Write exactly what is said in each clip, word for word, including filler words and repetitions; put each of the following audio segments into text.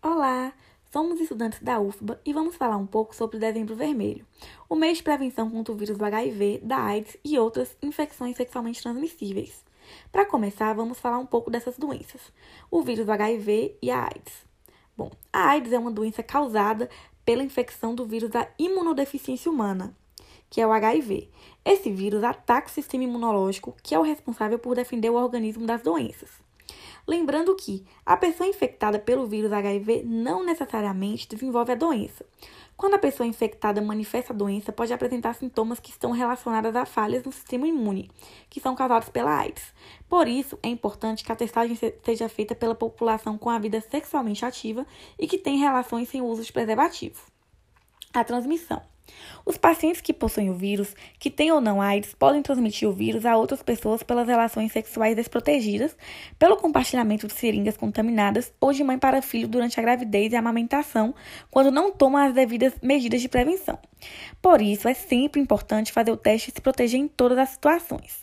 Olá, somos estudantes da U F B A e vamos falar um pouco sobre o Dezembro Vermelho, o mês de prevenção contra o vírus do H I V, da AIDS e outras infecções sexualmente transmissíveis. Para começar, vamos falar um pouco dessas doenças, o vírus do H I V e a AIDS. Bom, a AIDS é uma doença causada pela infecção do vírus da imunodeficiência humana, que é o H I V. Esse vírus ataca o sistema imunológico, que é o responsável por defender o organismo das doenças. Lembrando que a pessoa infectada pelo vírus H I V não necessariamente desenvolve a doença. Quando a pessoa infectada manifesta a doença, pode apresentar sintomas que estão relacionados a falhas no sistema imune, que são causados pela AIDS. Por isso, é importante que a testagem seja feita pela população com a vida sexualmente ativa e que tem relações sem uso de preservativo. A transmissão. Os pacientes que possuem o vírus, que têm ou não AIDS, podem transmitir o vírus a outras pessoas pelas relações sexuais desprotegidas, pelo compartilhamento de seringas contaminadas ou de mãe para filho durante a gravidez e a amamentação, quando não tomam as devidas medidas de prevenção. Por isso, é sempre importante fazer o teste e se proteger em todas as situações.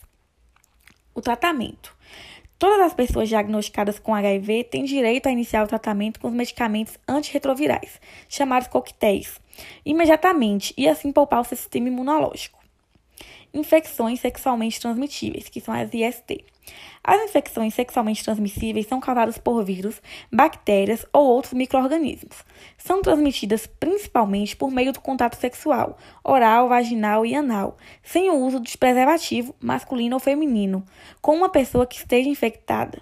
O tratamento. Todas as pessoas diagnosticadas com H I V têm direito a iniciar o tratamento com os medicamentos antirretrovirais, chamados coquetéis, imediatamente e assim poupar o seu sistema imunológico. Infecções sexualmente transmitíveis, que são as I S T. As infecções sexualmente transmissíveis são causadas por vírus, bactérias ou outros micro-organismos. São transmitidas principalmente por meio do contato sexual, oral, vaginal e anal, sem o uso de preservativo masculino ou feminino, com uma pessoa que esteja infectada.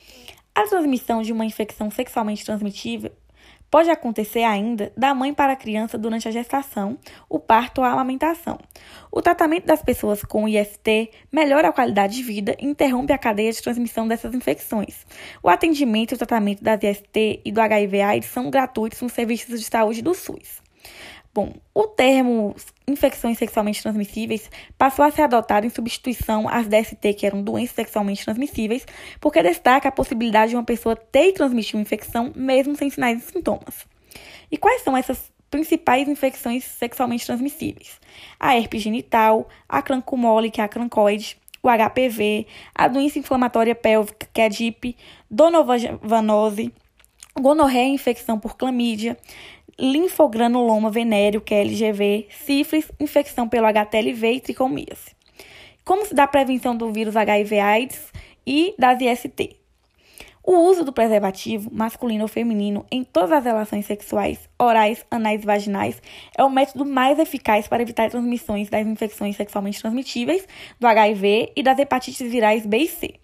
A transmissão de uma infecção sexualmente transmitível pode acontecer ainda da mãe para a criança durante a gestação, o parto ou a amamentação. O tratamento das pessoas com I S T melhora a qualidade de vida e interrompe a cadeia de transmissão dessas infecções. O atendimento e o tratamento das I S T e do H I V AIDS são gratuitos nos serviços de saúde do SUS. Bom, o termo infecções sexualmente transmissíveis passou a ser adotado em substituição às D S T, que eram doenças sexualmente transmissíveis, porque destaca a possibilidade de uma pessoa ter e transmitir uma infecção mesmo sem sinais e sintomas. E quais são essas principais infecções sexualmente transmissíveis? A herpes genital, a crancomole, que é a crancoide, o H P V, a doença inflamatória pélvica, que é a D I P, donovanose, gonorreia e infecção por clamídia, linfogranuloma venéreo, que é L G V, sífilis, infecção pelo H T L V e tricomíase. Como se dá a prevenção do vírus H I V AIDS e das I S T? O uso do preservativo, masculino ou feminino, em todas as relações sexuais, orais, anais e vaginais, é o método mais eficaz para evitar transmissões das infecções sexualmente transmitíveis, do H I V e das hepatites virais B e C.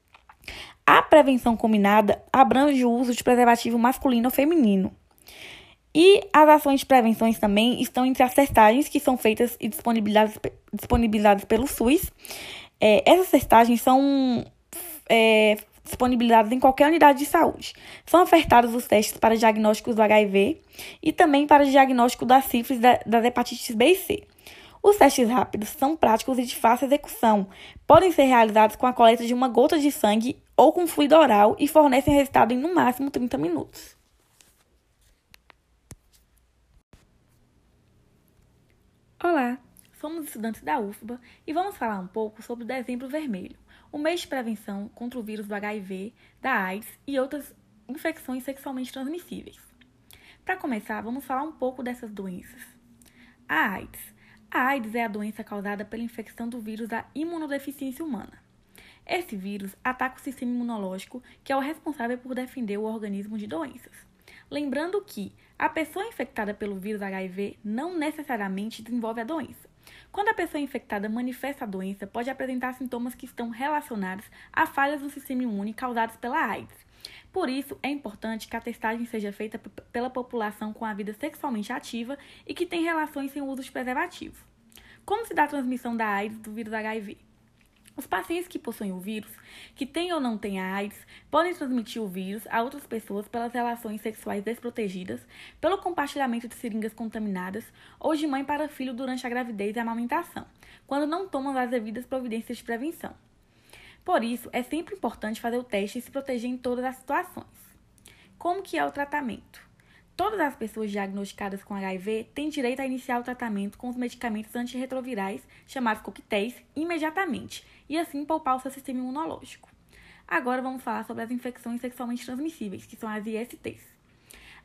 A prevenção combinada abrange o uso de preservativo masculino ou feminino. E as ações de prevenção também estão entre as testagens que são feitas e disponibilizadas, disponibilizadas pelo SUS. É, essas testagens são é, disponibilizadas em qualquer unidade de saúde. São ofertados os testes para diagnósticos do H I V e também para diagnóstico da sífilis, da, das hepatites B e C. Os testes rápidos são práticos e de fácil execução. Podem ser realizados com a coleta de uma gota de sangue ou com fluido oral e fornecem resultado em no máximo trinta minutos. Olá, somos estudantes da U F B A e vamos falar um pouco sobre o Dezembro Vermelho, o mês de prevenção contra o vírus do H I V, da AIDS e outras infecções sexualmente transmissíveis. Para começar, vamos falar um pouco dessas doenças. A AIDS. A AIDS é a doença causada pela infecção do vírus da imunodeficiência humana. Esse vírus ataca o sistema imunológico, que é o responsável por defender o organismo de doenças. Lembrando que a pessoa infectada pelo vírus H I V não necessariamente desenvolve a doença. Quando a pessoa infectada manifesta a doença, pode apresentar sintomas que estão relacionados a falhas no sistema imune causadas pela AIDS. Por isso, é importante que a testagem seja feita p- pela população com a vida sexualmente ativa e que tem relações sem uso de preservativo. Como se dá a transmissão da AIDS do vírus H I V? Os pacientes que possuem o vírus, que têm ou não têm a AIDS, podem transmitir o vírus a outras pessoas pelas relações sexuais desprotegidas, pelo compartilhamento de seringas contaminadas ou de mãe para filho durante a gravidez e a amamentação, quando não tomam as devidas providências de prevenção. Por isso, é sempre importante fazer o teste e se proteger em todas as situações. Como que é o tratamento? Todas as pessoas diagnosticadas com H I V têm direito a iniciar o tratamento com os medicamentos antirretrovirais, chamados coquetéis, imediatamente, e assim poupar o seu sistema imunológico. Agora vamos falar sobre as infecções sexualmente transmissíveis, que são as I S T's.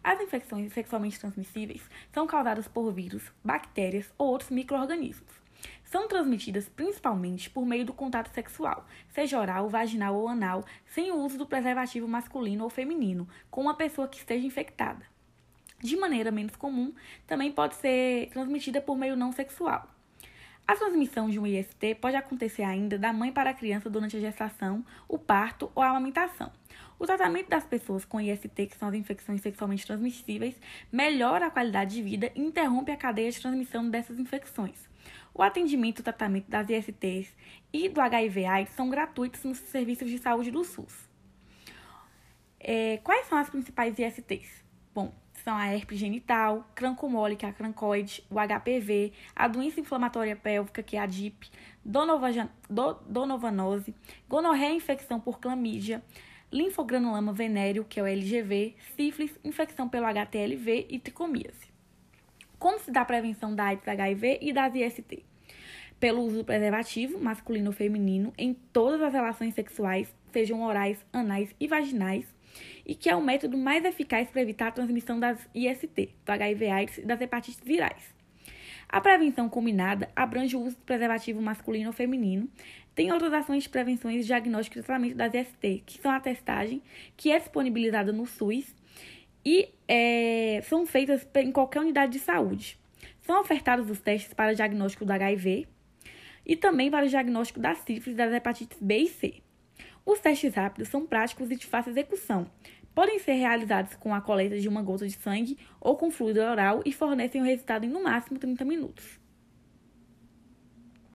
As infecções sexualmente transmissíveis são causadas por vírus, bactérias ou outros micro-organismos. São transmitidas principalmente por meio do contato sexual, seja oral, vaginal ou anal, sem o uso do preservativo masculino ou feminino, com uma pessoa que esteja infectada. De maneira menos comum, também pode ser transmitida por meio não sexual. A transmissão de um I S T pode acontecer ainda da mãe para a criança durante a gestação, o parto ou a amamentação. O tratamento das pessoas com I S T, que são as infecções sexualmente transmissíveis, melhora a qualidade de vida e interrompe a cadeia de transmissão dessas infecções. O atendimento e o tratamento das I S Ts e do H I V AIDS são gratuitos nos serviços de saúde do SUS. É, quais são as principais I S Ts? Bom, são a herpes genital, crancomole, que é a crancoide, o H P V, a doença inflamatória pélvica, que é a D I P, donovanose, gonorreia, infecção por clamídia, linfogranuloma venéreo, que é o L G V, sífilis, infecção pelo H T L V e tricomíase. Como se dá a prevenção da AIDS, H I V e das I S T? Pelo uso do preservativo, masculino ou feminino, em todas as relações sexuais, sejam orais, anais e vaginais, e que é o método mais eficaz para evitar a transmissão das I S T, do H I V AIDS e das hepatites virais. A prevenção combinada abrange o uso do preservativo masculino ou feminino. Tem outras ações de prevenção e diagnóstico e tratamento das I S T, que são a testagem, que é disponibilizada no SUS e é, são feitas em qualquer unidade de saúde. São ofertados os testes para o diagnóstico do H I V e também para o diagnóstico da sífilis e das hepatites B e C. Os testes rápidos são práticos e de fácil execução. Podem ser realizados com a coleta de uma gota de sangue ou com fluido oral e fornecem o resultado em no máximo trinta minutos.